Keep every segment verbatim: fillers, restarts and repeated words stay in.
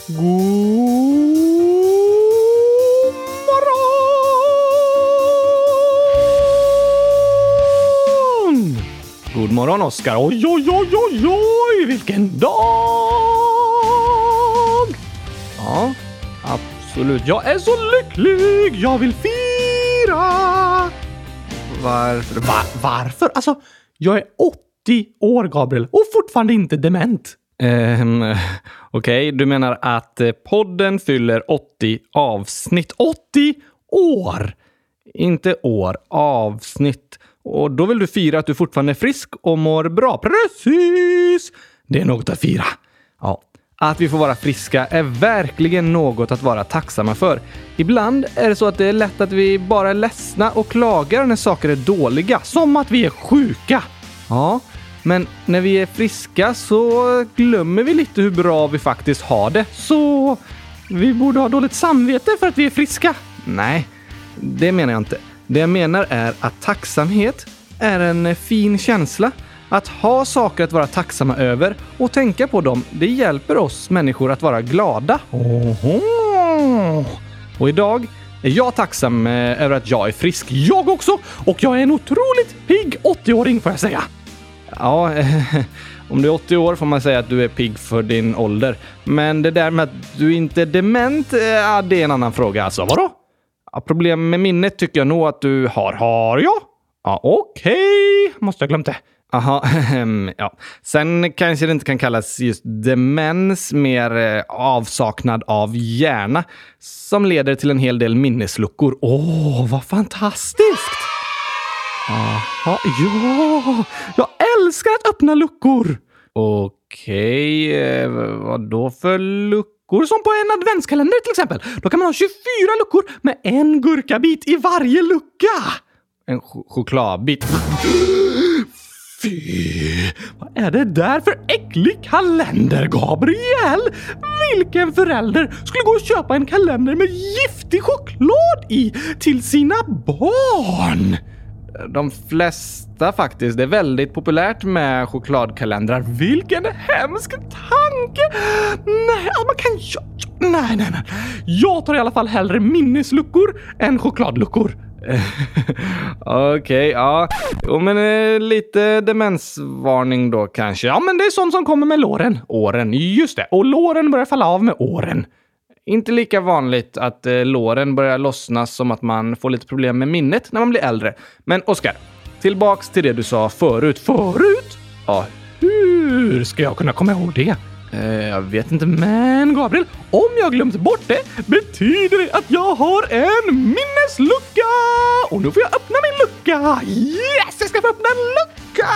God morgon! God morgon, Oskar. Oj, oj, oj, oj, oj, vilken dag! Ja, absolut. Jag är så lycklig. Jag vill fira. Varför? Va- varför? Alltså, jag är åttio år, Gabriel, och fortfarande inte dement. Um, Okej, okay. Du menar att podden fyller åttio avsnitt. åttio år! Inte år, avsnitt. Och då vill du fira att du fortfarande är frisk och mår bra. Precis! Det är något att fira. Ja, att vi får vara friska är verkligen något att vara tacksamma för. Ibland är det så att det är lätt att vi bara är ledsna och klagar när saker är dåliga. Som att vi är sjuka. Ja, men när vi är friska så glömmer vi lite hur bra vi faktiskt har det. Så vi borde ha dåligt samvete för att vi är friska. Nej, det menar jag inte. Det jag menar är att tacksamhet är en fin känsla. Att ha saker att vara tacksamma över och tänka på dem, det hjälper oss människor att vara glada. Oho. Och idag är jag tacksam över att jag är frisk. Jag också! Och jag är en otroligt pigg åttio-åring, får jag säga. Ja, om du är åttio år får man säga att du är pigg för din ålder. Men det där med att du inte är dement, ja, det är en annan fråga. Alltså, vadå? Ja, problem med minnet tycker jag nog att du har. Har jag? Ja, okej. Okay. Måste jag glömt det. Aha, ja. Sen kanske det inte kan kallas just demens, mer avsaknad av hjärna, som leder till en hel del minnesluckor. Åh, oh, vad fantastiskt! Aha, ja, jag älskar att öppna luckor. Okej, okay, vad då för luckor? Som på en adventskalender till exempel. Då kan man ha tjugofyra luckor med en gurkabit i varje lucka. En ch- chokladbit. Fy, vad är det där för äcklig kalender, Gabriel? Vilken förälder skulle gå och köpa en kalender med giftig choklad i till sina barn? De flesta faktiskt. Det är väldigt populärt med chokladkalendrar. Vilken hemsk tanke! Nej, man kan... Nej, nej, nej. Jag tar i alla fall hellre minnesluckor än chokladluckor. Okej, okay, ja. Jo, men eh, lite demensvarning då kanske. Ja, men det är sånt som kommer med låren. Åren, just det. Och låren börjar falla av med åren. Inte lika vanligt att eh, låren börjar lossnas som att man får lite problem med minnet när man blir äldre. Men Oskar, tillbaks till det du sa förut. Förut? Ja, hur ska jag kunna komma ihåg det? Eh, jag vet inte, men Gabriel, om jag glömt bort det betyder det att jag har en minneslucka! Och nu får jag öppna min lucka! Yes, jag ska få öppna en lucka!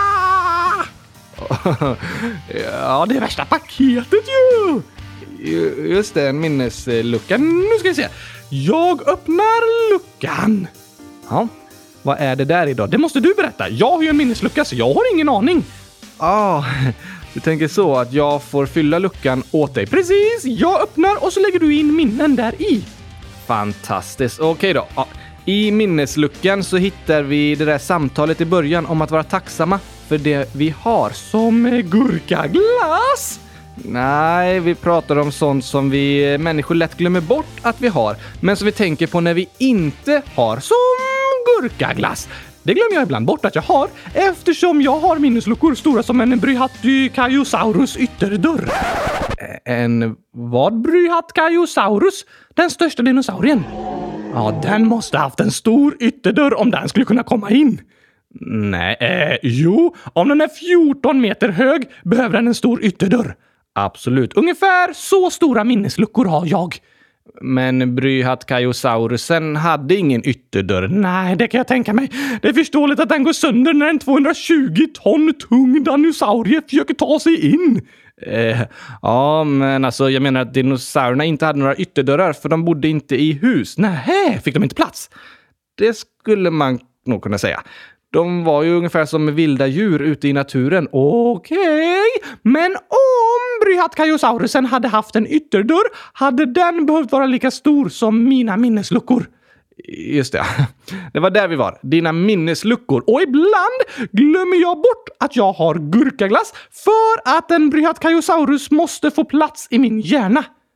Ja, det är värsta paketet ju! Just det, en minneslucka. Nu ska vi se. Jag öppnar luckan. Ja, vad är det där idag? Det måste du berätta. Jag har ju en minneslucka så jag har ingen aning. Ah, du tänker så att jag får fylla luckan åt dig. Precis, jag öppnar och så lägger du in minnen där i. Fantastiskt. Okej då. Ja. I minnesluckan så hittar vi det där samtalet i början om att vara tacksamma för det vi har. Som gurkaglass. Nej, vi pratar om sånt som vi människor lätt glömmer bort att vi har. Men som vi tänker på när vi inte har. Som gurkaglass. Det glömmer jag ibland bort att jag har. Eftersom jag har minnesluckor stora som en Bryattachysaurus ytterdörr. En vad Bryattachysaurus? Den största dinosaurien. Ja, den måste haft en stor ytterdörr om den skulle kunna komma in. Nej, eh, jo. Om den är fjorton meter hög behöver den en stor ytterdörr. Absolut. Ungefär så stora minnesluckor har jag. Men Bryattachysaurus'n hade ingen ytterdörr. Nej, det kan jag tänka mig. Det är förståeligt att den går sönder när en tvåhundratjugo ton tung dinosaurie försöker ta sig in. Eh, ja, men alltså jag menar att dinosaurierna inte hade några ytterdörrar för de bodde inte i hus. Nej, fick de inte plats? Det skulle man nog kunna säga. De var ju ungefär som vilda djur ute i naturen. Okej, okay. Men om Bryattachysaurus'n hade haft en ytterdörr hade den behövt vara lika stor som mina minnesluckor. Just det. Det var där vi var. Dina minnesluckor. Och ibland glömmer jag bort att jag har gurkaglass för att en Bryattachysaurus måste få plats i min hjärna.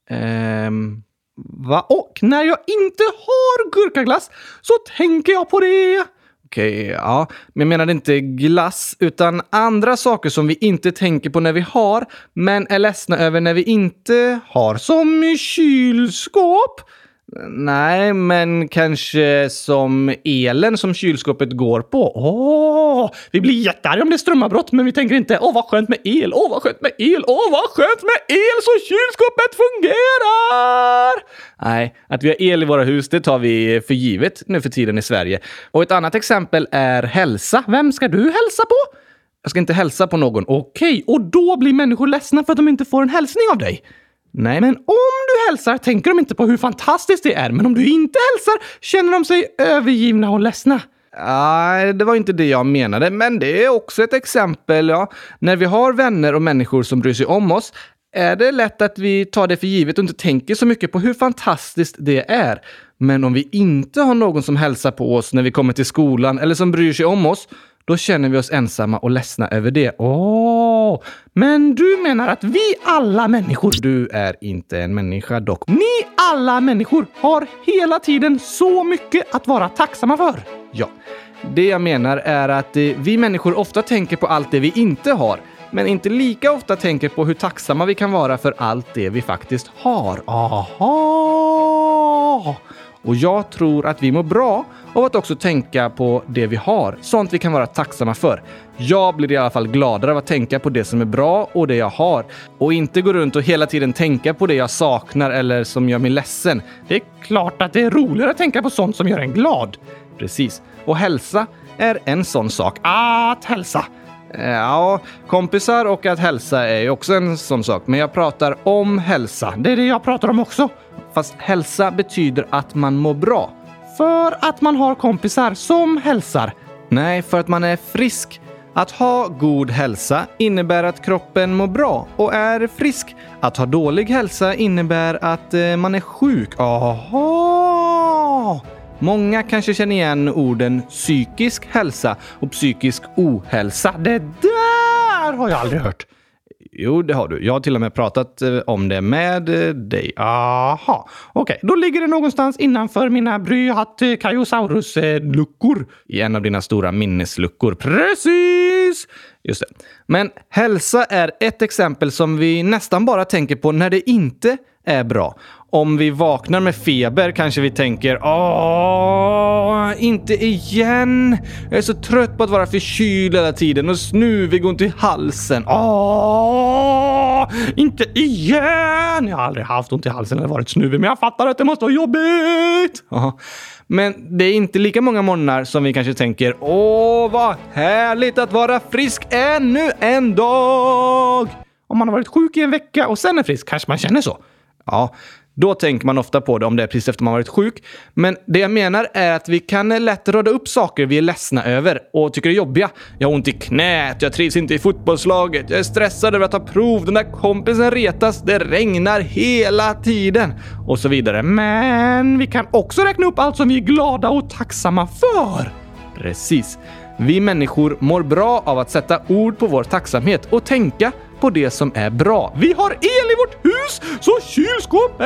Ehm, va? Och när jag inte har gurkaglass så tänker jag på det. Okej, ja. Men jag menade inte glass utan andra saker som vi inte tänker på när vi har, men är ledsna över när vi inte har. Som i kylskåp. Nej, men kanske som elen som kylskåpet går på. Åh, vi blir jättearga om det är strömavbrott, men vi tänker inte, åh vad skönt med el, åh vad skönt med el, åh vad skönt med el så kylskåpet fungerar. Nej, att vi har el i våra hus, det tar vi för givet nu för tiden i Sverige. Och ett annat exempel är hälsa. Vem ska du hälsa på? Jag ska inte hälsa på någon. Okej, och då blir människor ledsna för att de inte får en hälsning av dig. Nej, men om du hälsar tänker de inte på hur fantastiskt det är. Men om du inte hälsar känner de sig övergivna och ledsna. Nej, det var inte det jag menade. Men det är också ett exempel, ja. När vi har vänner och människor som bryr sig om oss är det lätt att vi tar det för givet och inte tänker så mycket på hur fantastiskt det är. Men om vi inte har någon som hälsar på oss när vi kommer till skolan eller som bryr sig om oss, då känner vi oss ensamma och ledsna över det. Åh, men du menar att vi alla människor... Du är inte en människa dock. Ni alla människor har hela tiden så mycket att vara tacksamma för. Ja, det jag menar är att eh, vi människor ofta tänker på allt det vi inte har, men inte lika ofta tänker på hur tacksamma vi kan vara för allt det vi faktiskt har. Aha! Och jag tror att vi mår bra av att också tänka på det vi har. Sånt vi kan vara tacksamma för. Jag blir i alla fall gladare av att tänka på det som är bra och det jag har. Och inte gå runt och hela tiden tänka på det jag saknar eller som gör mig ledsen. Det är klart att det är roligare att tänka på sånt som gör en glad. Precis. Och hälsa är en sån sak. Att hälsa. Ja, kompisar och att hälsa är ju också en sån sak. Men jag pratar om hälsa. Det är det jag pratar om också. Fast hälsa betyder att man mår bra. För att man har kompisar som hälsar. Nej, för att man är frisk. Att ha god hälsa innebär att kroppen mår bra och är frisk. Att ha dålig hälsa innebär att eh, man är sjuk. Aha! Många kanske känner igen orden psykisk hälsa och psykisk ohälsa. Det där har jag aldrig hört. Jo, det har du. Jag har till och med pratat eh, om det med eh, dig. Aha. Okej, då ligger det någonstans innanför mina Bryattcaiosaurus-luckor. Eh, I en av dina stora minnesluckor. Precis! Just det. Men hälsa är ett exempel som vi nästan bara tänker på när det inte är bra. Om vi vaknar med feber kanske vi tänker, åh, inte igen. Jag är så trött på att vara förkyld hela tiden och snuvig och ont i halsen. Åh, inte igen. Jag har aldrig haft ont i halsen eller varit snuvig, men jag fattar att det måste vara jobbigt. Aha. Men det är inte lika många morgnar som vi kanske tänker, åh, vad härligt att vara frisk ännu en dag. Om man har varit sjuk i en vecka och sen är frisk kanske man känner så. Ja, då tänker man ofta på det om det är precis efter man varit sjuk. Men det jag menar är att vi kan lätt rada upp saker vi är ledsna över och tycker är jobbiga. Jag har ont i knät, jag trivs inte i fotbollslaget, jag är stressad över att ta prov, den där kompisen retas, det regnar hela tiden och så vidare. Men vi kan också räkna upp allt som vi är glada och tacksamma för. Precis. Vi människor mår bra av att sätta ord på vår tacksamhet och tänka på det som är bra. Vi har el i vårt hus så kylskåpen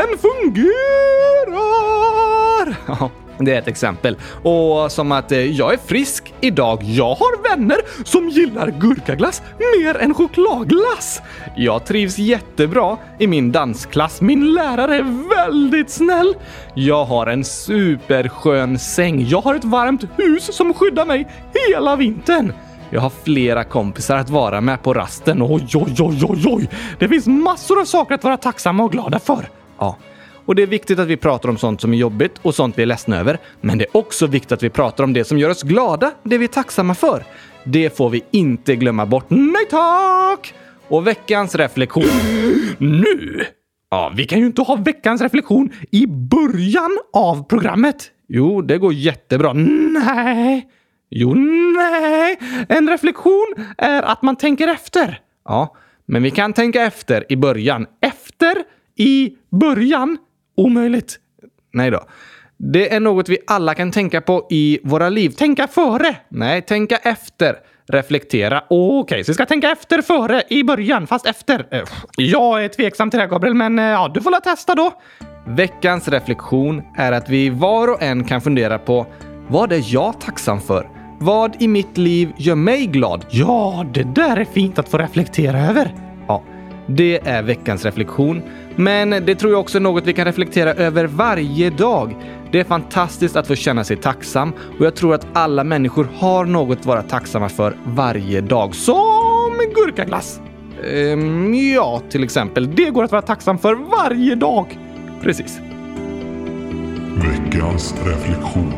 fungerar. Ja, det är ett exempel. Och som att eh, jag är frisk idag. Jag har vänner som gillar gurkaglass mer än chokladglass. Jag trivs jättebra i min dansklass. Min lärare är väldigt snäll. Jag har en superskön säng. Jag har ett varmt hus som skyddar mig hela vintern. Jag har flera kompisar att vara med på rasten. Oj, oj, oj, oj, oj. Det finns massor av saker att vara tacksamma och glada för. Ja, och det är viktigt att vi pratar om sånt som är jobbigt och sånt vi är ledsna över. Men det är också viktigt att vi pratar om det som gör oss glada, det vi är tacksamma för. Det får vi inte glömma bort. Nej tack! Och veckans reflektion. Nu! Ja, vi kan ju inte ha veckans reflektion i början av programmet. Jo, det går jättebra. Nej... Jo, nej. En reflektion är att man tänker efter. Ja, men vi kan tänka efter i början. Efter i början? Omöjligt. Nej då. Det är något vi alla kan tänka på i våra liv. Tänka före. Nej, tänka efter. reflektera. Okej, okay, så vi ska tänka efter före, i början, fast efter. Jag är tveksam till det, Gabriel, men ja, du får la testa då. Veckans reflektion är att vi var och en kan fundera på: vad är jag tacksam för? Vad i mitt liv gör mig glad? Ja, det där är fint att få reflektera över. Ja, det är veckans reflektion. Men det tror jag också är något vi kan reflektera över varje dag. Det är fantastiskt att få känna sig tacksam, och jag tror att alla människor har något att vara tacksamma för varje dag. Som gurkaglass. Ehm, ja, till exempel. Det går att vara tacksam för varje dag. Precis. Veckans reflektion.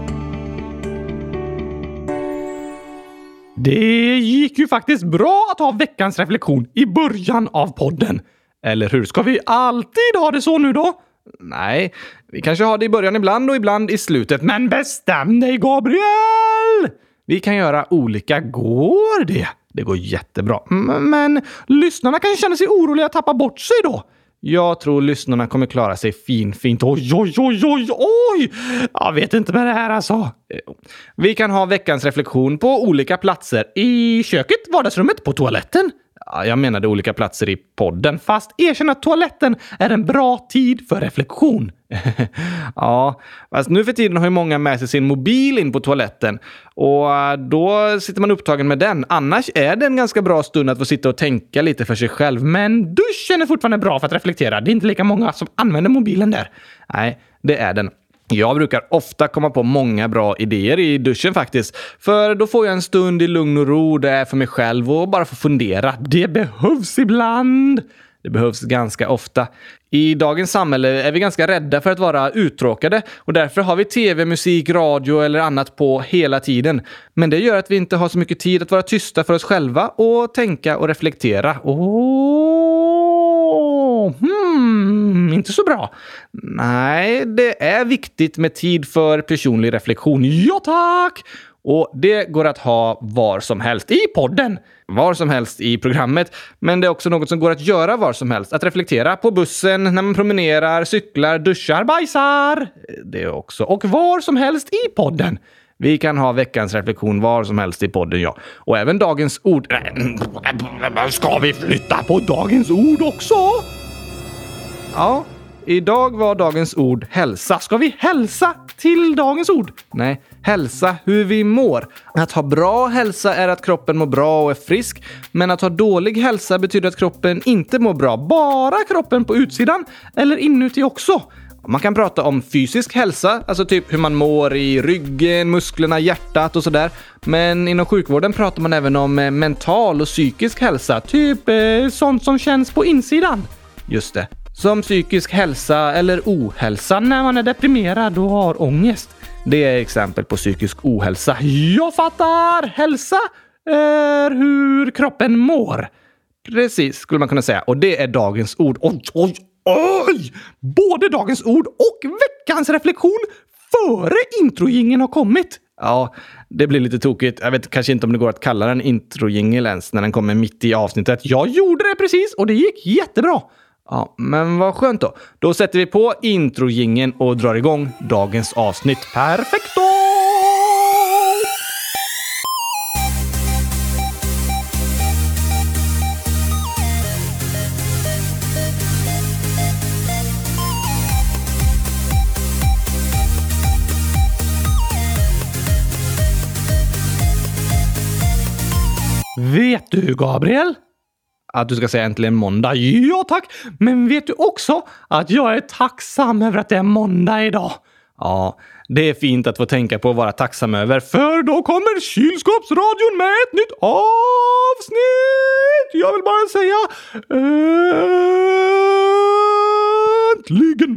Det gick ju faktiskt bra att ha veckans reflektion i början av podden. Eller hur? Ska vi alltid ha det så nu då? Nej, vi kanske har det i början ibland och ibland i slutet. Men bestäm dig, Gabriel! Vi kan göra olika. Går det? Det går jättebra. M- men lyssnarna kan känna sig oroliga att tappa bort sig då. Jag tror lyssnarna kommer klara sig fin, fint. Oj, oj, oj, oj, oj! Jag vet inte med det här alltså. Vi kan ha veckans reflektion på olika platser. I köket, vardagsrummet, på toaletten. Ja, jag menade olika platser i podden. Fast erkänn att toaletten är en bra tid för reflektion. Ja, fast nu för tiden har ju många med sig sin mobil in på toaletten. Och då sitter man upptagen med den. Annars är det en ganska bra stund att få sitta och tänka lite för sig själv. Men duschen är fortfarande bra för att reflektera. Det är inte lika många som använder mobilen där. Nej, det är den. Jag brukar ofta komma på många bra idéer i duschen faktiskt. För då får jag en stund i lugn och ro där för mig själv och bara få fundera. Det behövs ibland. Det behövs ganska ofta. I dagens samhälle är vi ganska rädda för att vara uttråkade, och därför har vi tv, musik, radio eller annat på hela tiden. Men det gör att vi inte har så mycket tid att vara tysta för oss själva och tänka och reflektera. Åh, hmm, inte så bra. Nej, det är viktigt med tid för personlig reflektion. Ja tack! Och det går att ha var som helst i podden, var som helst i programmet. Men det är också något som går att göra var som helst. Att reflektera på bussen, när man promenerar, cyklar, duschar, bajsar. Det är också. Och var som helst i podden. Vi kan ha veckans reflektion var som helst i podden, ja. Och även dagens ord. Ska vi flytta på dagens ord också? Ja. Idag var dagens ord hälsa. Ska vi hälsa till dagens ord? Nej, hälsa hur vi mår. Att ha bra hälsa är att kroppen mår bra och är frisk. Men att ha dålig hälsa betyder att kroppen inte mår bra. Bara kroppen på utsidan eller inuti också. Man kan prata om fysisk hälsa, alltså typ hur man mår i ryggen, musklerna, hjärtat och sådär. Men inom sjukvården pratar man även om mental och psykisk hälsa. Typ eh, sånt som känns på insidan. Just det. Som psykisk hälsa eller ohälsa när man är deprimerad och har ångest. Det är exempel på psykisk ohälsa. Jag fattar! Hälsa är hur kroppen mår. Precis, skulle man kunna säga. Och det är dagens ord. Oj, oj, oj! Både dagens ord och veckans reflektion före introjingeln har kommit. Ja, det blir lite tokigt. Jag vet kanske inte om det går att kalla den introjingel ens när den kommer mitt i avsnittet. Jag gjorde det precis och det gick jättebra. Ja, men vad skönt då. Då sätter vi på introjingeln och drar igång dagens avsnitt. Perfekt då! Vet du, Gabriel? Att du ska säga äntligen måndag. Ja tack, men vet du också att jag är tacksam över att det är måndag idag? Ja, det är fint att få tänka på att vara tacksam över, för då kommer Kylskåpsradion med ett nytt avsnitt! Jag vill bara säga äntligen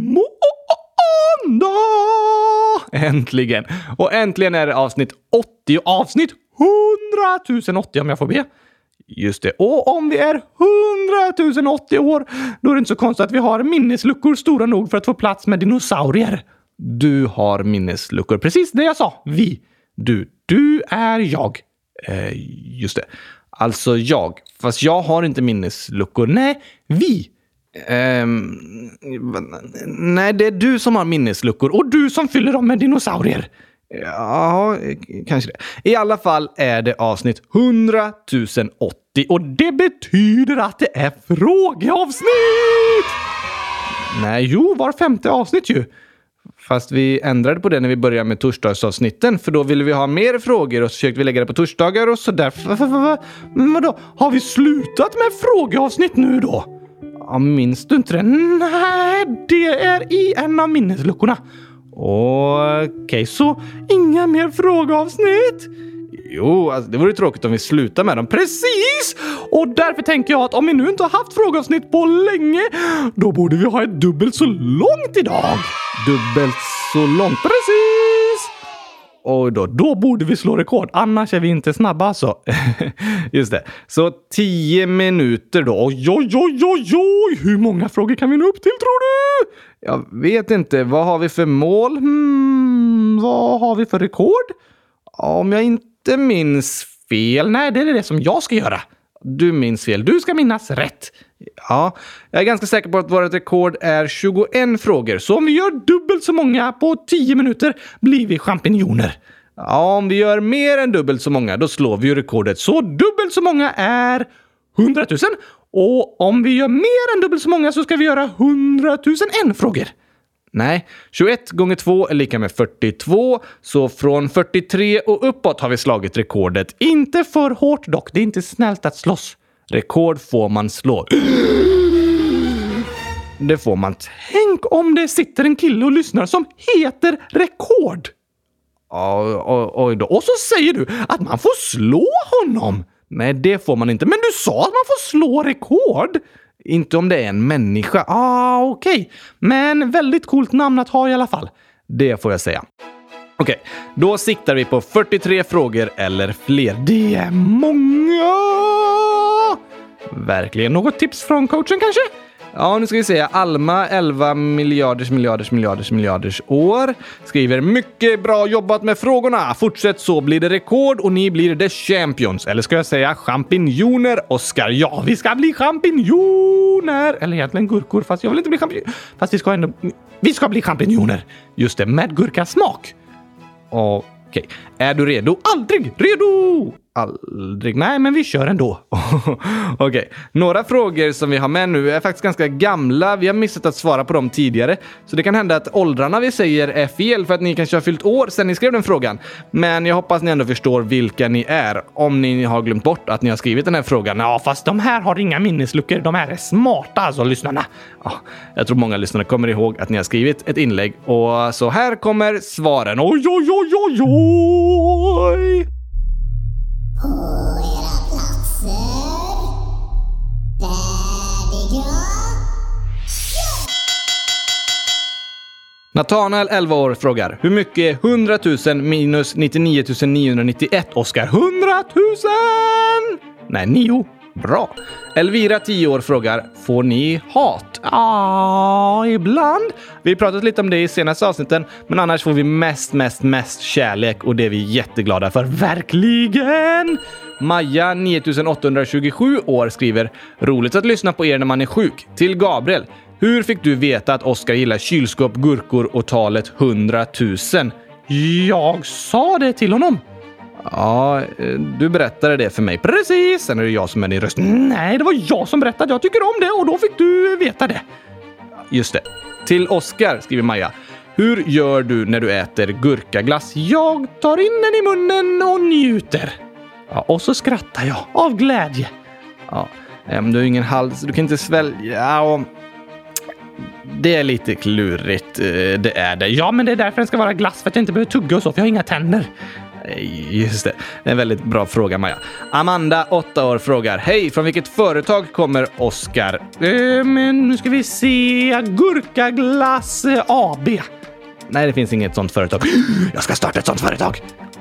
måndag! Äntligen! Och äntligen är det avsnitt åttio, avsnitt hundratusen åttio om jag får be. Just det. Och om vi är hundratusen åttio år, då är det inte så konstigt att vi har minnesluckor stora nog för att få plats med dinosaurier. Du har minnesluckor. Precis det jag sa. Vi. Du. Du är jag. Eh, just det. Alltså jag. Fast jag har inte minnesluckor. Nej, vi. Eh, nej, det är du som har minnesluckor. Och du som fyller dem med dinosaurier. Ja, kanske det. I alla fall är det avsnitt hundratusen åttio och det betyder att det är frågeavsnitt! Nej, jo, var femte avsnitt ju. Fast vi ändrade på det när vi började med torsdagsavsnitten, för då ville vi ha mer frågor och så försökte vi lägga det på torsdagar och så därför. Men vadå, har vi slutat med frågeavsnitt nu då? Ja, minns du inte det? Nej, det är i en av minnesluckorna. Okej, okay, så inga mer frågeavsnitt? Jo, alltså, det vore tråkigt om vi slutar med dem. Precis! Och därför tänker jag att om vi nu inte har haft frågeavsnitt på länge, då borde vi ha ett dubbelt så långt idag. Dubbelt så långt, precis! Och då, då borde vi slå rekord, annars är vi inte snabba alltså. Just det. Så tio minuter då. Oj, oj, oj, oj, oj! Hur många frågor kan vi nå upp till, tror du? Jag vet inte. Vad har vi för mål? Hmm, vad har vi för rekord? Om jag inte minns fel. Nej, det är det som jag ska göra. Du minns fel. Du ska minnas rätt. Ja, jag är ganska säker på att vårt rekord är tjugoen frågor. Så om vi gör dubbelt så många på tio minuter blir vi champinjoner. Ja, om vi gör mer än dubbelt så många, då slår vi ju rekordet. Så dubbelt så många är hundratusen. Och om vi gör mer än dubbelt så många så ska vi göra hundratusen en frågor. Nej, tjugoett gånger två är lika med fyrtiotvå. Så från fyrtiotre och uppåt har vi slagit rekordet. Inte för hårt dock, det är inte snällt att slåss. Rekord får man slå. Det får man. Tänk om det sitter en kille och lyssnar som heter Rekord. Oj, oj, oj då. Och så säger du att man får slå honom. Nej, det får man inte. Men du sa att man får slå rekord. Inte om det är en människa. Ah, okej. Okay. Men väldigt coolt namn att ha i alla fall. Det får jag säga. Okej, okay. Då siktar vi på fyrtiotre frågor eller fler. Det är många! Verkligen. Något tips från coachen kanske? Ja, nu ska vi se. Alma, elva miljarders, miljarders, miljarders, miljarders år. Skriver, mycket bra jobbat med frågorna. Fortsätt så blir det rekord och ni blir the champions. Eller ska jag säga champinjoner, Oscar? Ja, vi ska bli champinjoner. Eller egentligen gurkor, fast jag vill inte bli champinjoner. Fast vi ska ändå... Vi ska bli champinjoner. Just det, med gurkasmak. Okej. Okay. Är du redo? Aldrig redo! Aldrig. Nej, men vi kör ändå. Okej. Okay. Några frågor som vi har med nu är faktiskt ganska gamla. Vi har missat att svara på dem tidigare. Så det kan hända att åldrarna vi säger är fel för att ni kanske har fyllt år sedan ni skrev den frågan. Men jag hoppas ni ändå förstår vilka ni är. Om ni har glömt bort att ni har skrivit den här frågan. Ja, fast de här har inga minnesluckor. De här är smarta, alltså, lyssnarna. Ja, jag tror många lyssnare kommer ihåg att ni har skrivit ett inlägg. Och så här kommer svaren. Oj, oj, oj, oj, oj! På era platser. Färdiga. Nathanael, elva år, frågar. Hur mycket är hundratusen minus nittionio tusen niohundranittioett, Oscar? hundratusen! Nej, nio. Bra. Elvira, tio år, frågar. Får ni hat? Ja, ibland. Vi har pratat lite om det i senaste avsnitten, men annars får vi mest, mest, mest kärlek och det är vi jätteglada för. Verkligen! Maja, nio tusen åttahundratjugosju år, skriver. Roligt att lyssna på er när man är sjuk. Till Gabriel. Hur fick du veta att Oscar gillar kylskåp, gurkor och talet hundratusen? Jag sa det till honom. Ja, du berättade det för mig. Precis, sen är det jag som är din röst. Nej, det var jag som berättade. Jag tycker om det och då fick du veta det. Just det. Till Oscar, skriver Maja. Hur gör du när du äter gurkaglass? Jag tar in den i munnen och njuter. Ja, och så skrattar jag av glädje. Ja, du har ingen hals, du kan inte svälja. Och det är lite klurigt, det är det. Ja, men det är därför den ska vara glass, för att jag inte behöver tugga och så, för jag har inga tänder. Just det, det är en väldigt bra fråga, Maja. Amanda, åtta år, frågar. Hej, från vilket företag kommer Oscar? Eh, men nu ska vi se. Gurkaglass A B. Nej, det finns inget sånt företag. Jag ska starta ett sånt företag.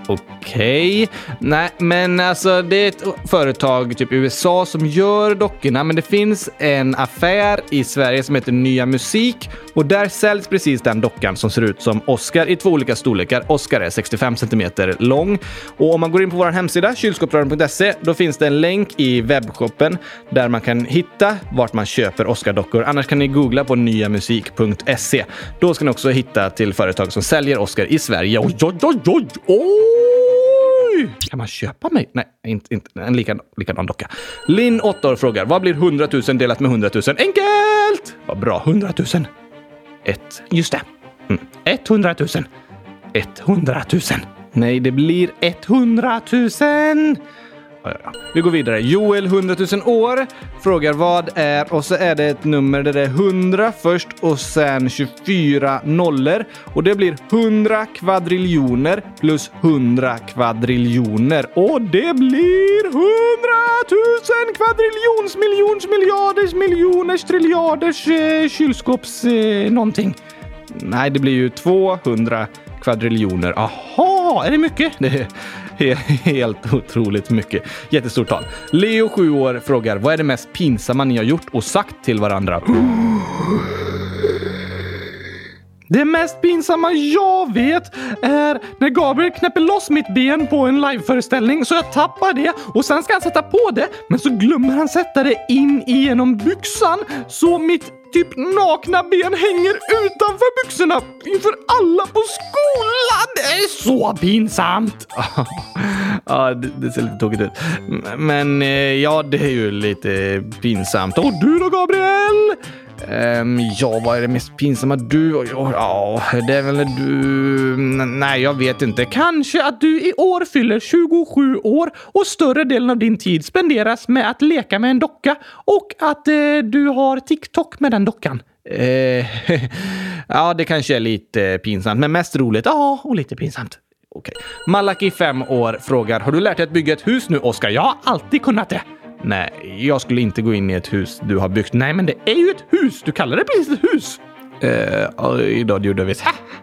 Okej. Okay. Nej, men alltså det är ett företag typ i U S A som gör dockorna, men det finns en affär i Sverige som heter Nya Musik och där säljs precis den dockan som ser ut som Oscar i två olika storlekar. Oscar är sextiofem centimeter lång och om man går in på vår hemsida kylskåpsradion punkt se då finns det en länk i webbshoppen där man kan hitta vart man köper Oscar-dockor. Annars kan ni googla på nyamusik punkt se. Då ska ni också hitta till företag som säljer Oscar i Sverige. Oj, oj, oj, oj, oj! Kan man köpa mig? Nej, inte, inte en likadan, likadan docka. Linn, åtta år, frågar, vad blir hundratusen delat med hundratusen? Enkelt! Vad bra, hundratusen. Ett, just det. Mm. etthundratusen. etthundratusen. Nej, det blir etthundratusen. Vi går vidare. Joel, hundratusen år, frågar vad är, och så är det ett nummer där det är hundra först och sen tjugofyra nollor. Och det blir hundra kvadriljoner plus hundra kvadriljoner. Och det blir hundratusen kvadriljons, miljons, miljarders, miljoners, triljarders eh, kylskåps eh, någonting. Nej, det blir ju tvåhundra kvadriljoner. Aha, är det mycket? Det är helt otroligt mycket. Jättestort tal. Leo, sju år, frågar, vad är det mest pinsamma ni har gjort och sagt till varandra? Det mest pinsamma jag vet är när Gabriel knäpper loss mitt ben på en liveföreställning så jag tappar det och sen ska han sätta på det men så glömmer han sätta det in igenom byxan så mitt typ nakna ben hänger utanför byxorna inför alla på skolan. Det är så pinsamt. Ja, det, det ser lite tokigt ut. Men ja, det är ju lite pinsamt. Och du då, Gabriel? Um, ja, vad är det mest pinsamma du? Ja, det är väl du... Nej, jag vet inte. Kanske att du i år fyller tjugosju år och större delen av din tid spenderas med att leka med en docka och att eh, du har TikTok med den dockan. Eh, ja, det kanske är lite pinsamt, men mest roligt. Ja, och lite pinsamt. Okej. Malaki, fem år, frågar, har du lärt dig att bygga ett hus nu, Oscar? Jag har alltid kunnat det. Nej, jag skulle inte gå in i ett hus du har byggt. Nej, men det är ju ett hus. Du kallar det precis ett hus. Eh, idag gjorde vi.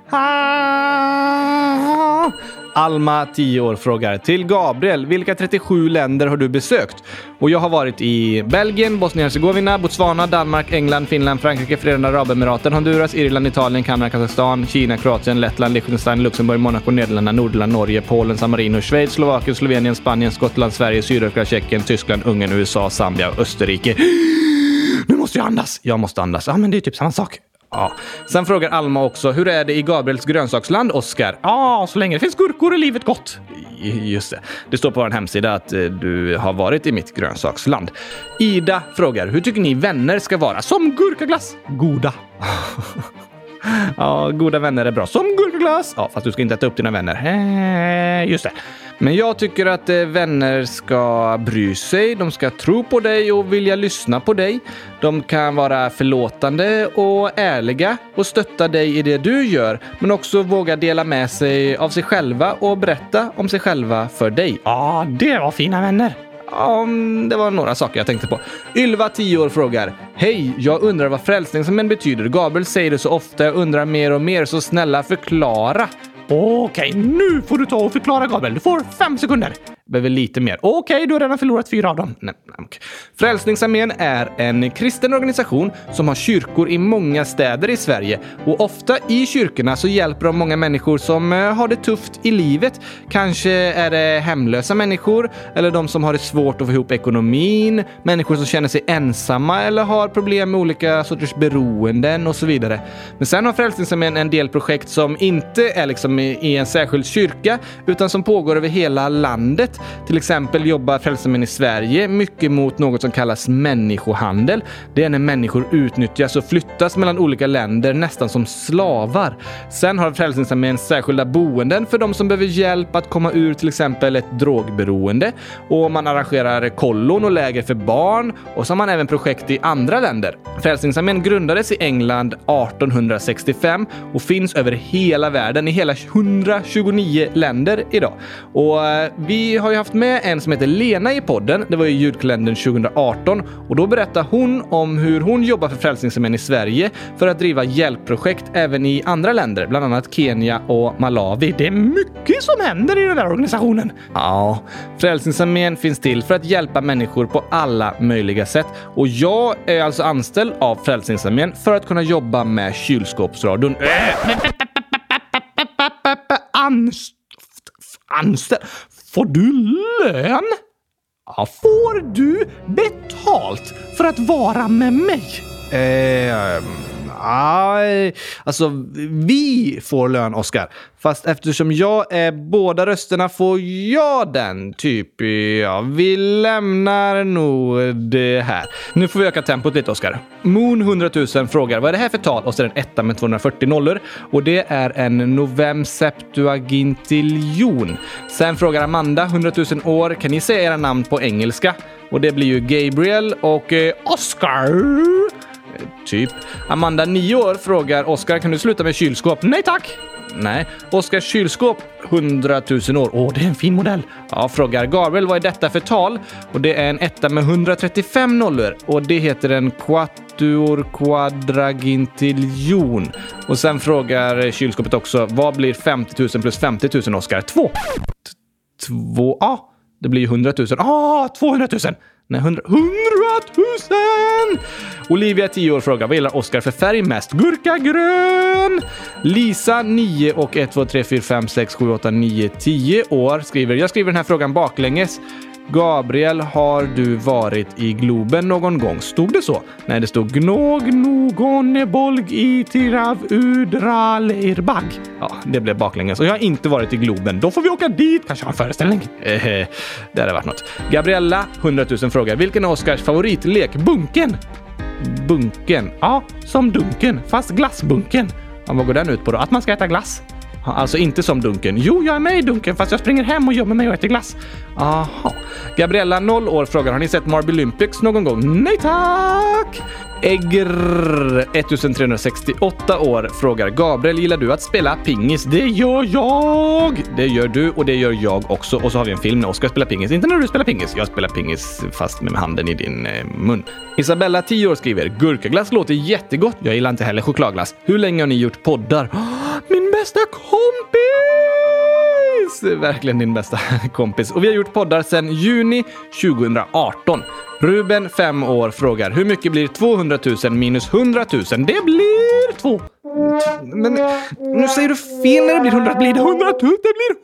Alma, tio år, frågar till Gabriel, vilka trettiosju länder har du besökt? Och jag har varit i Belgien, Bosnien-Hercegovina, Botswana, Danmark, England, Finland, Frankrike, Förenade Arabemiraten, Honduras, Irland, Italien, Kanada, Kazakstan, Kina, Kroatien, Lettland, Liechtenstein, Luxemburg, Monaco, Nederländerna, Nordirland, Norge, Polen, San Marino, Schweiz, Slovakien, Slovenien, Spanien, Skottland, Sverige, Sydafrika, Tjeckien, Tyskland, Ungern, U S A, Zambia, Österrike. Nu måste jag andas. Jag måste andas. Ja, men det är typ samma sak. Ja. Sen frågar Alma också, hur är det i Gabriels grönsaksland, Oscar? Ja, så länge det finns gurkor är livet gott. Just det. Det står på vår hemsida att du har varit i mitt grönsaksland. Ida frågar, hur tycker ni vänner ska vara? Som gurkaglass. Goda. Ja, goda vänner är bra. Som gurkaglass. Ja, fast du ska inte äta upp dina vänner. Eh, just det. Men jag tycker att eh, vänner ska bry sig. De ska tro på dig och vilja lyssna på dig. De kan vara förlåtande och ärliga och stötta dig i det du gör. Men också våga dela med sig av sig själva och berätta om sig själva för dig. Ja, det var fina vänner. Ja, det var några saker jag tänkte på. Ylva, tio år, frågar, hej, jag undrar vad frälsningsarmén betyder. Gabriel säger det så ofta, jag undrar mer och mer, så snälla förklara. Okej, nu får du ta och förklara, Gabriel. Du får fem sekunder. Behöver lite mer. Okej, du har redan förlorat fyra av dem. Nej, nej, okay. Frälsningsarmén är en kristen organisation som har kyrkor i många städer i Sverige. Och ofta i kyrkorna så hjälper de många människor som har det tufft i livet. Kanske är det hemlösa människor eller de som har det svårt att få ihop ekonomin. Människor som känner sig ensamma eller har problem med olika sorters beroenden och så vidare. Men sen har Frälsningsarmén en del projekt som inte är liksom i en särskild kyrka utan som pågår över hela landet. Till exempel jobbar Frälsningsarmén i Sverige mycket mot något som kallas människohandel. Det är när människor utnyttjas och flyttas mellan olika länder nästan som slavar. Sen har Frälsningsarmén särskilda boenden för de som behöver hjälp att komma ur till exempel ett drogberoende. Och man arrangerar kollon och läger för barn. Och så har man även projekt i andra länder. Frälsningsarmén grundades i England arton sextiofem och finns över hela världen i hela hundratjugonio länder idag. Och vi har ju haft med en som heter Lena i podden. Det var ju Ljudkalendern tjugo arton. Och då berättar hon om hur hon jobbar för Frälsningsarmén i Sverige för att driva hjälpprojekt även i andra länder. Bland annat Kenya och Malawi. Det är mycket som händer i den där organisationen. Ja, Frälsningsarmén finns till för att hjälpa människor på alla möjliga sätt. Och jag är alltså anställd av Frälsningsarmén för att kunna jobba med kylskåpsradion. Anst- anställd? Får du lön? Ja, får du betalt för att vara med mig? Eh... Nej, alltså vi får lön, Oscar. Fast eftersom jag är båda rösterna får jag den, typ. Ja, vi lämnar nog det här. Nu får vi öka tempot lite, Oscar. Moon hundratusen frågar, vad är det här för tal? Och så är det en etta med tvåhundrafyrtio nollor. Och det är en Novem Septuagintiljon. Sen frågar Amanda, hundratusen år. Kan ni säga era namn på engelska? Och det blir ju Gabriel och eh, Oscar. Typ. Amanda, nio år, frågar Oscar, kan du sluta med kylskåp? Nej tack! Nej. Oscars kylskåp, hundratusen år. Åh, det är en fin modell. Ja, frågar Gabriel, vad är detta för tal? Och det är en etta med hundratrettiofem nollor. Och det heter en quattuor quadragintiljon. Och sen frågar kylskåpet också, vad blir femtio tusen plus femtio tusen, Oscar? Två. Två, ja. Det blir ju hundratusen. Ah, tvåhundratusen! Nej, hundra... hundratusen! Olivia, tio år, frågar, vad gillar Oscar för färg mest? Gurka grön! Lisa, nio och ett, två, tre, fyra, fem, sex, sju, åtta, nio, tio år, skriver, jag skriver den här frågan baklänges. Gabriel, har du varit i Globen någon gång? Stod det så? Nej, det stod gnog någon bolg i tirav udraleirbag. Ja, det blev baklänges. Och jag har inte varit i Globen. Då får vi åka dit. Kanske ha en föreställning. Eh, det hade varit något. Gabriella, hundratusen, frågar, vilken är Oscars favoritlek? Bunken. Bunken. Ja, som dunken. Fast glassbunken. Ja, vad går den ut på då? Att man ska äta glass. Alltså inte som dunken. Jo, jag är med i dunken fast jag springer hem och gömmer mig och äter glass. Aha. Gabriella, noll år, frågar, har ni sett Marble Olympics någon gång? Nej tack! Egr, ettusentrehundrasextioåtta år, frågar, Gabriel, gillar du att spela pingis? Det gör jag! Det gör du och det gör jag också. Och så har vi en film när Oscar spelar pingis. Inte när du spelar pingis. Jag spelar pingis fast med handen i din eh, mun. Isabella, tio år, skriver, gurkaglass låter jättegott. Jag gillar inte heller chokladglass. Hur länge har ni gjort poddar? Min bästa kompis! Verkligen din bästa kompis. Och vi har gjort poddar sedan juni tjugoarton. Ruben, fem år, frågar, hur mycket blir tvåhundratusen minus hundratusen? Det blir två. Men nu säger du fel när det blir hundra. Blir det hundratusen? Det blir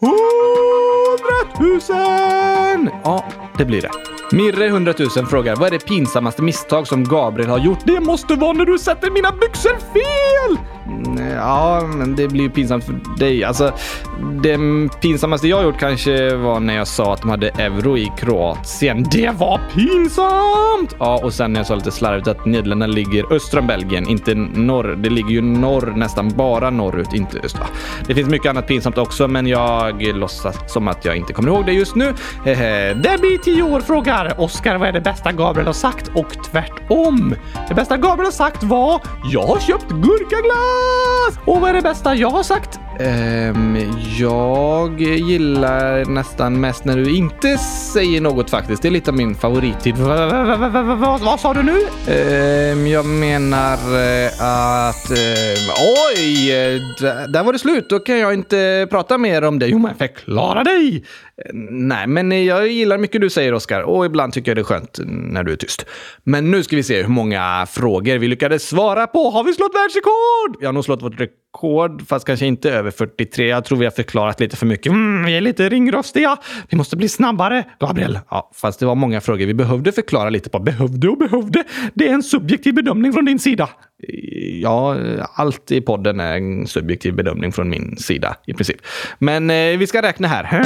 hundratusen! Ja, det blir det. Mirre, hundratusen, frågar, vad är det pinsammaste misstag som Gabriel har gjort? Det måste vara när du sätter mina byxor fel! Ja, men det blir ju pinsamt för dig. Alltså, det pinsammaste jag har gjort kanske var när jag sa att de hade euro i Kroatien. Det var pinsamt! Ja, och sen när jag sa lite slarvigt att Nederländerna ligger öster om Belgien, inte norr. Det ligger ju norr, nästan bara norrut, inte öst. Det finns mycket annat pinsamt också, men jag låtsas som att jag inte kommer ihåg det just nu. Debbie, tio år, frågar, Oscar, vad är det bästa Gabriel har sagt? Och tvärtom. Det bästa Gabriel har sagt var, jag har köpt gurkaglass! Och vad är det bästa jag har sagt? Um, jag gillar nästan mest när du inte säger något faktiskt. Det är lite av min favorittid. Vad sa du nu? Um, jag menar att... Um, oj! Där var det slut. Då kan jag inte prata mer om det. Jo, men förklara dig! Nej, men jag gillar mycket du säger, Oscar. Och ibland tycker jag det är skönt när du är tyst. Men nu ska vi se hur många frågor vi lyckades svara på. Har vi slått världsrekord? Jag har nog slått vårt rekord, fast kanske inte över fyrtiotre. Jag tror vi har förklarat lite för mycket. Mm, vi är lite ringrostiga. Vi måste bli snabbare, Gabriel. Ja, fast det var många frågor vi behövde förklara lite på. Behövde och behövde. Det är en subjektiv bedömning från din sida. Ja, allt i podden är en subjektiv bedömning från min sida i princip. Men eh, vi ska räkna här.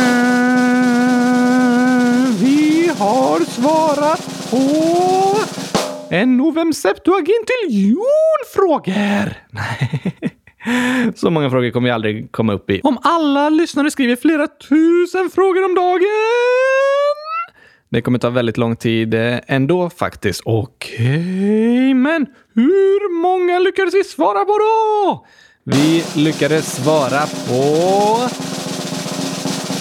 Vi har svarat på en Novem Septuagintiljon frågor. Nej. Så många frågor kommer vi aldrig komma upp i. Om alla lyssnare skriver flera tusen frågor om dagen. Det kommer ta väldigt lång tid ändå faktiskt. Okej, men hur många lyckades vi svara på då? Vi lyckades svara på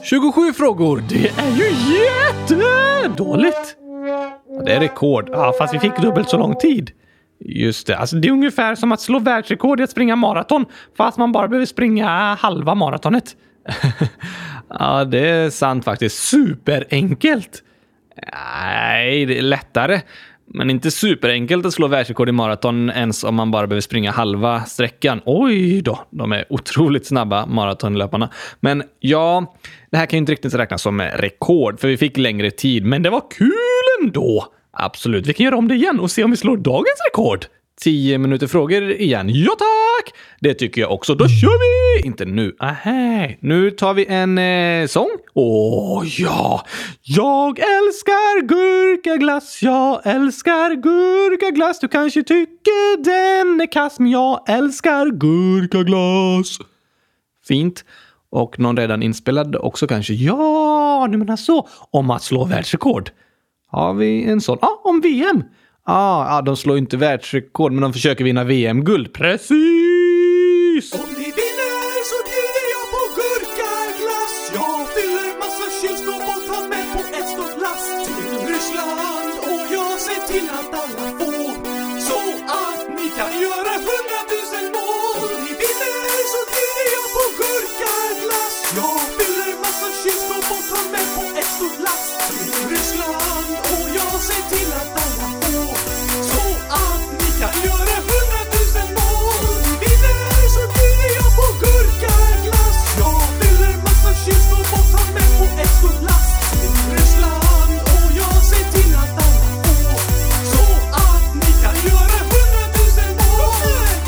tjugosju frågor. Det är ju jättedåligt. Ja, det är rekord. Ja, fast vi fick dubbelt så lång tid. Just det. Alltså, det är ungefär som att slå världsrekord i att springa maraton. Fast man bara behöver springa halva maratonet. Ja, det är sant faktiskt. Superenkelt. Nej, det är lättare. Men inte superenkelt att slå världsrekord i maraton ens om man bara behöver springa halva sträckan. Oj då, de är otroligt snabba maratonlöparna. Men ja, det här kan ju inte riktigt räknas som rekord för vi fick längre tid. Men det var kul ändå. Absolut, vi kan göra om det igen och se om vi slår dagens rekord. Tio minuter frågor igen. Ja tack! Det tycker jag också. Då kör vi! Inte nu. Aha. Nu tar vi en eh, sång. Åh ja! Jag älskar gurkaglass. Jag älskar gurkaglass. Du kanske tycker den är kass, men jag älskar gurkaglass. Fint. Och någon redan inspelad också kanske. Ja, nu menar så. Om att slå världsrekord. Har vi en sån? Ja, ah, om V M. Ah, ah, de slår inte världsrekord, men de försöker vinna V M-guld. Precis! Om ni vinner så bjuder jag på gurkaglass. Jag fyller massa kylskåp och tar med på ett stort last till Ryssland. Och jag ser till att alla får, så att ni kan göra hundratusen mål. Om ni vinner så bjuder jag på gurkaglass. Jag fyller massa kylskåp och tar med på ett stort last till Ryssland. Och jag ser till att alla får, så att ni kan göra hundratusen mål. Om ni vinner så bjuder jag på gurkaglass. Jag fyller massa kylskåp och tar med på ett stort last till Ryssland. Och jag ser till att alla får, så att ni kan göra hundratusen mål.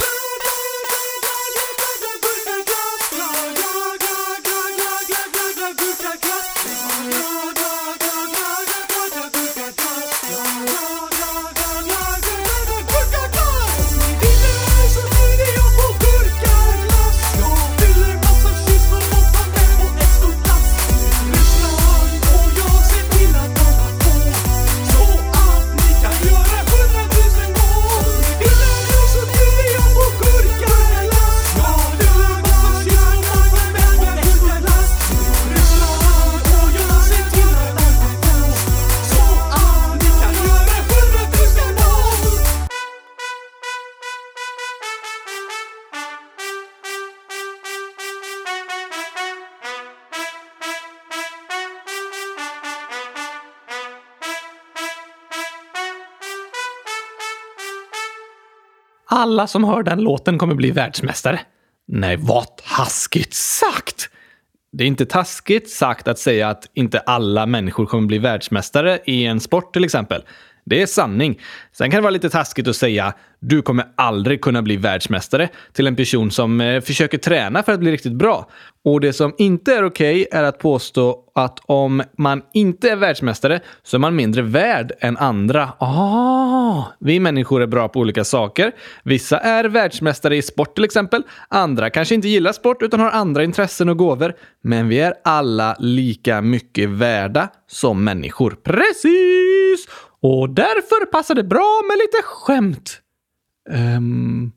Alla som hör den låten kommer bli världsmästare. Nej, vad taskigt sagt! Det är inte taskigt sagt att säga att inte alla människor kommer bli världsmästare i en sport till exempel. Det är sanning. Sen kan det vara lite taskigt att säga du kommer aldrig kunna bli världsmästare till en person som eh, försöker träna för att bli riktigt bra. Och det som inte är okej är att påstå att om man inte är världsmästare så är man mindre värd än andra. Ah, vi människor är bra på olika saker. Vissa är världsmästare i sport till exempel. Andra kanske inte gillar sport utan har andra intressen och gåvor. Men vi är alla lika mycket värda som människor. Precis! Och därför passar det bra med lite skämt. Um,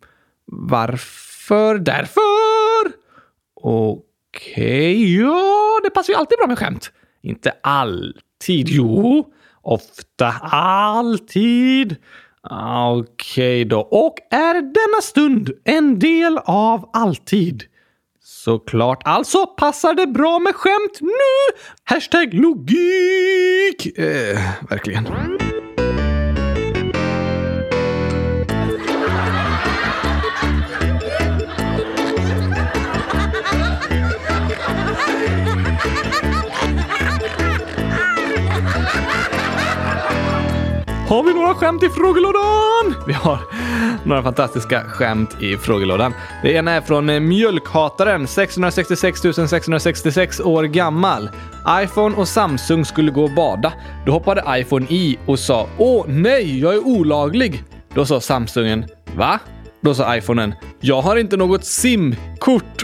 varför? Därför? Okej, okay, ja, det passar ju alltid bra med skämt. Inte alltid, jo. Ofta, alltid. Okej okay då. Och är denna stund en del av alltid? Såklart, alltså passar det bra med skämt nu. Hashtag logik. Eh, verkligen. Har vi några skämt i frågelådan? Vi har några fantastiska skämt i frågelådan. Det ena är från mjölkhataren, sexhundrasextiosex tusen sexhundrasextiosex år gammal. iPhone och Samsung skulle gå och bada. Då hoppade iPhone i och sa: åh nej, jag är olaglig. Då sa Samsungen: va? Då sa iPhonen: jag har inte något simkort.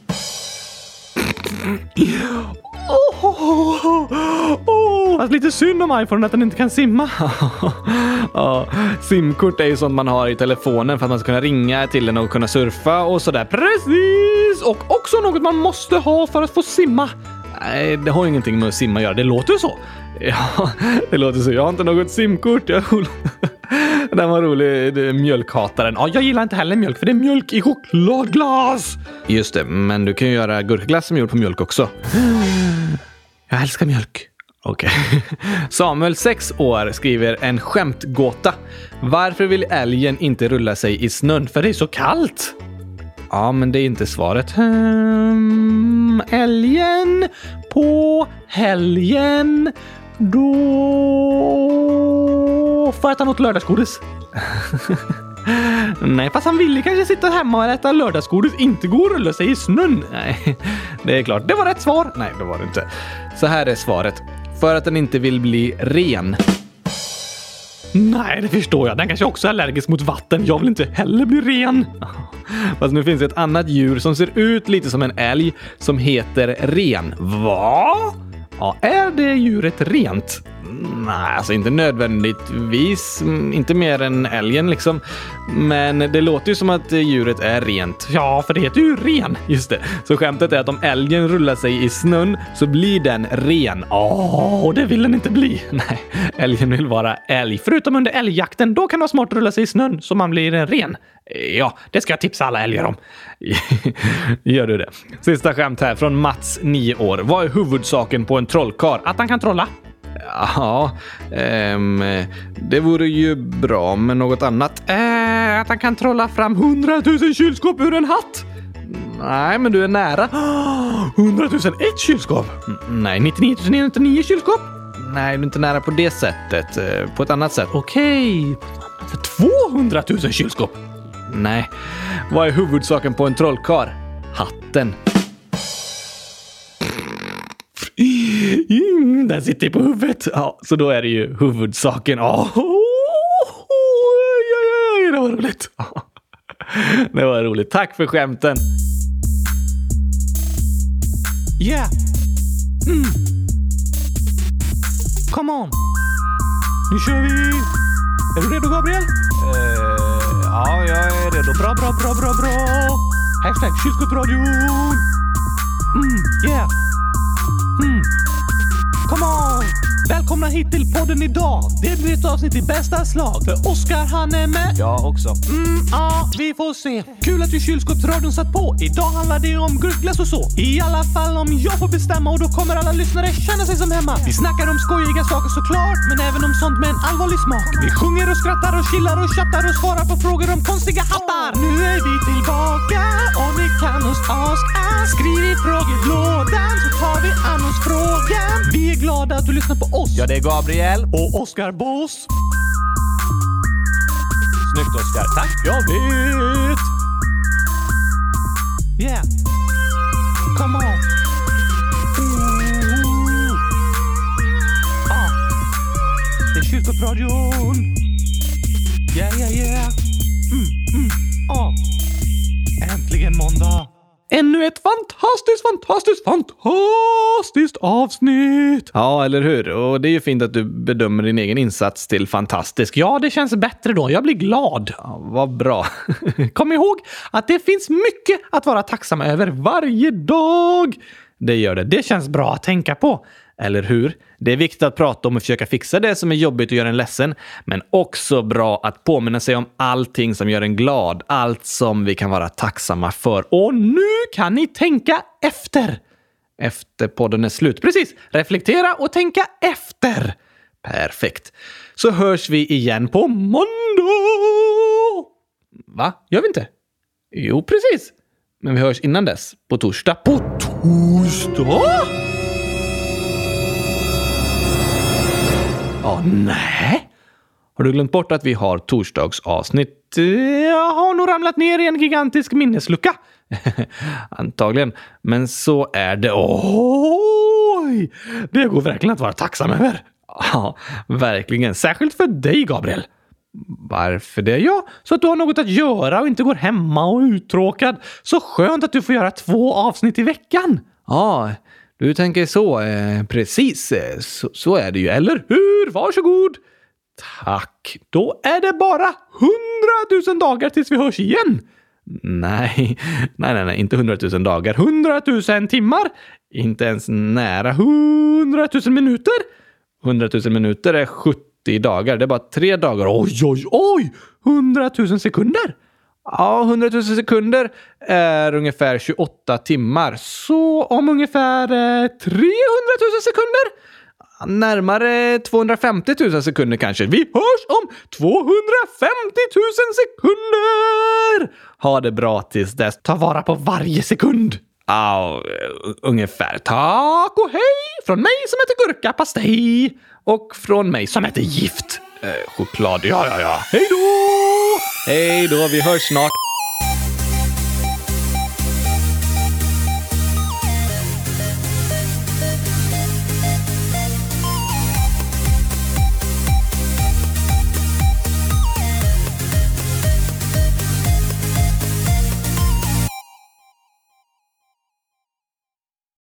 Oh, oh, oh, oh. Alltså, lite synd om iPhone att den inte kan simma. oh, simkort är ju sånt man har i telefonen för att man ska kunna ringa till den och kunna surfa och sådär. Precis! Och också något man måste ha för att få simma. Nej, det har ingenting med att simma att göra. Det låter så. Ja, det låter så. Jag har inte något simkort. Jag... Den var rolig. Det är mjölkhataren. Ja, jag gillar inte heller mjölk för det är mjölk i chokladglas. Just det, men du kan ju göra gurkaglass som gjord på mjölk också. Jag älskar mjölk. Okej. Okay. Samuel, sex år, skriver en skämtgåta. Varför vill älgen inte rulla sig i snön? För det är så kallt. Ja, men det är inte svaret. Hmm, älgen på helgen. Då får jag äta något lördagsgodis. Nej, fast han ville kanske sitta hemma och äta lördagsgodis. Inte gå och rulla sig i snön. Nej, det är klart. Det var rätt svar. Nej, det var det inte. Så här är svaret. För att den inte vill bli ren. Nej, det förstår jag. Den kanske också är allergisk mot vatten. Jag vill inte heller bli ren. Fast nu finns ett annat djur som ser ut lite som en älg som heter ren. Va? Ja, är det djuret rent? Nej, alltså inte nödvändigtvis. Inte mer än älgen liksom. Men det låter ju som att djuret är rent. Ja, för det heter ju ren. Just det. Så skämtet är att om älgen rullar sig i snön så blir den ren. Åh, det vill den inte bli. Nej, älgen vill vara älg. Förutom under älgjakten, då kan det vara smart att rulla sig i snön så man blir ren. Ja, det ska jag tipsa alla älgar om. Gör du det? Sista skämt här från Mats, nio år. Vad är huvudsaken på en trollkarl? Att han kan trolla? Ja, ähm, det vore ju bra med något annat. Äh, att han kan trolla fram hundratusen kylskåp ur en hatt. Nej, men du är nära. hundratusen ett kylskåp? Nej, nittionio tusen niohundranittionio kylskåp? Nej, du är inte nära på det sättet. På ett annat sätt. Okej, för tvåhundratusen kylskåp? Nej, vad är huvudsaken på en trollkarl? Hatten. Mm, den sitter på huvudet. Ja, så då är det ju huvudsaken. Oh, oh, oh, det var roligt. Det var roligt. Tack för skämten. Yeah. Mm. Come on. Nu kör vi. Är du redo, Gabriel? Uh, ja, jag är redo. Bra, bra, bra, bra, bra. Hashtag kylskåpsradion. Mm, yeah. Mm. Come on! Välkomna hit till podden idag. Det blir ett avsnitt i bästa slag. För Oskar, han är med. Ja, också. Mm, ja, vi får se. Kul att ju kylskåpsradion satt på. Idag handlar det om gurkglass och så. I alla fall om jag får bestämma och då kommer alla lyssnare känna sig som hemma. Vi snackar om skojiga saker såklart, men även om sånt med en allvarlig smak. Vi sjunger och skrattar och chillar och chattar och svarar på frågor om konstiga hattar. Nu är vi tillbaka och ni kan oss aska. Skriv i frågelådan så tar vi an oss frågan. Vi är glada att du lyssnar på oss. Ja, det är Gabriel och Oskar Boss. Snyggt, Oskar. Tack, jag vet. Yeah. Come on. Ooh. Ah. Det är kylskåpsradion. Yeah, yeah, yeah. Mm, mm. Ah. Äntligen måndag. Ännu ett fantastiskt, fantastiskt, fantastiskt avsnitt. Ja, eller hur? Och det är ju fint att du bedömer din egen insats till fantastisk. Ja, det känns bättre då. Jag blir glad. Ja, vad bra. Kom ihåg att det finns mycket att vara tacksam över varje dag. Det gör det. Det känns bra att tänka på. Eller hur? Det är viktigt att prata om och försöka fixa det som är jobbigt och gör en ledsen. Men också bra att påminna sig om allting som gör en glad. Allt som vi kan vara tacksamma för. Och nu kan ni tänka efter. Efter podden är slut. Precis. Reflektera och tänka efter. Perfekt. Så hörs vi igen på måndag. Va? Gör vi inte? Jo, precis. Men vi hörs innan dess. På torsdag. På torsdag? Ja, nej. Har du glömt bort att vi har torsdagsavsnitt? Jag har nog ramlat ner i en gigantisk minneslucka. Antagligen. Men så är det. Oj! Det går verkligen att vara tacksam över. Ja, verkligen. Särskilt för dig, Gabriel. Varför det? Ja, så att du har något att göra och inte går hemma och uttråkad. Så skönt att du får göra två avsnitt i veckan. Ja, du tänker så. Eh, precis, så, så är det ju. Eller hur? Varsågod. Tack. Då är det bara hundratusen dagar tills vi hörs igen. Nej, nej, nej, nej, inte hundratusen dagar. Hundratusen timmar? Inte ens nära. Hundratusen minuter? Hundratusen minuter är sjuttio dagar. Det är bara tre dagar. Oj, oj, oj! Hundratusen sekunder? Ja, hundratusen sekunder är ungefär tjugoåtta timmar. Så om ungefär eh, trehundratusen sekunder? Närmare tvåhundrafemtio tusen sekunder kanske. Vi hörs om tvåhundrafemtio tusen sekunder! Ha det bra tills dess. Ta vara på varje sekund. Ja, ungefär. Tack och hej! Från mig som heter gurkapastej. Och från mig som heter gift. Eh, choklad, ja, ja, ja. Hej då! Hej då, vi hörs snart.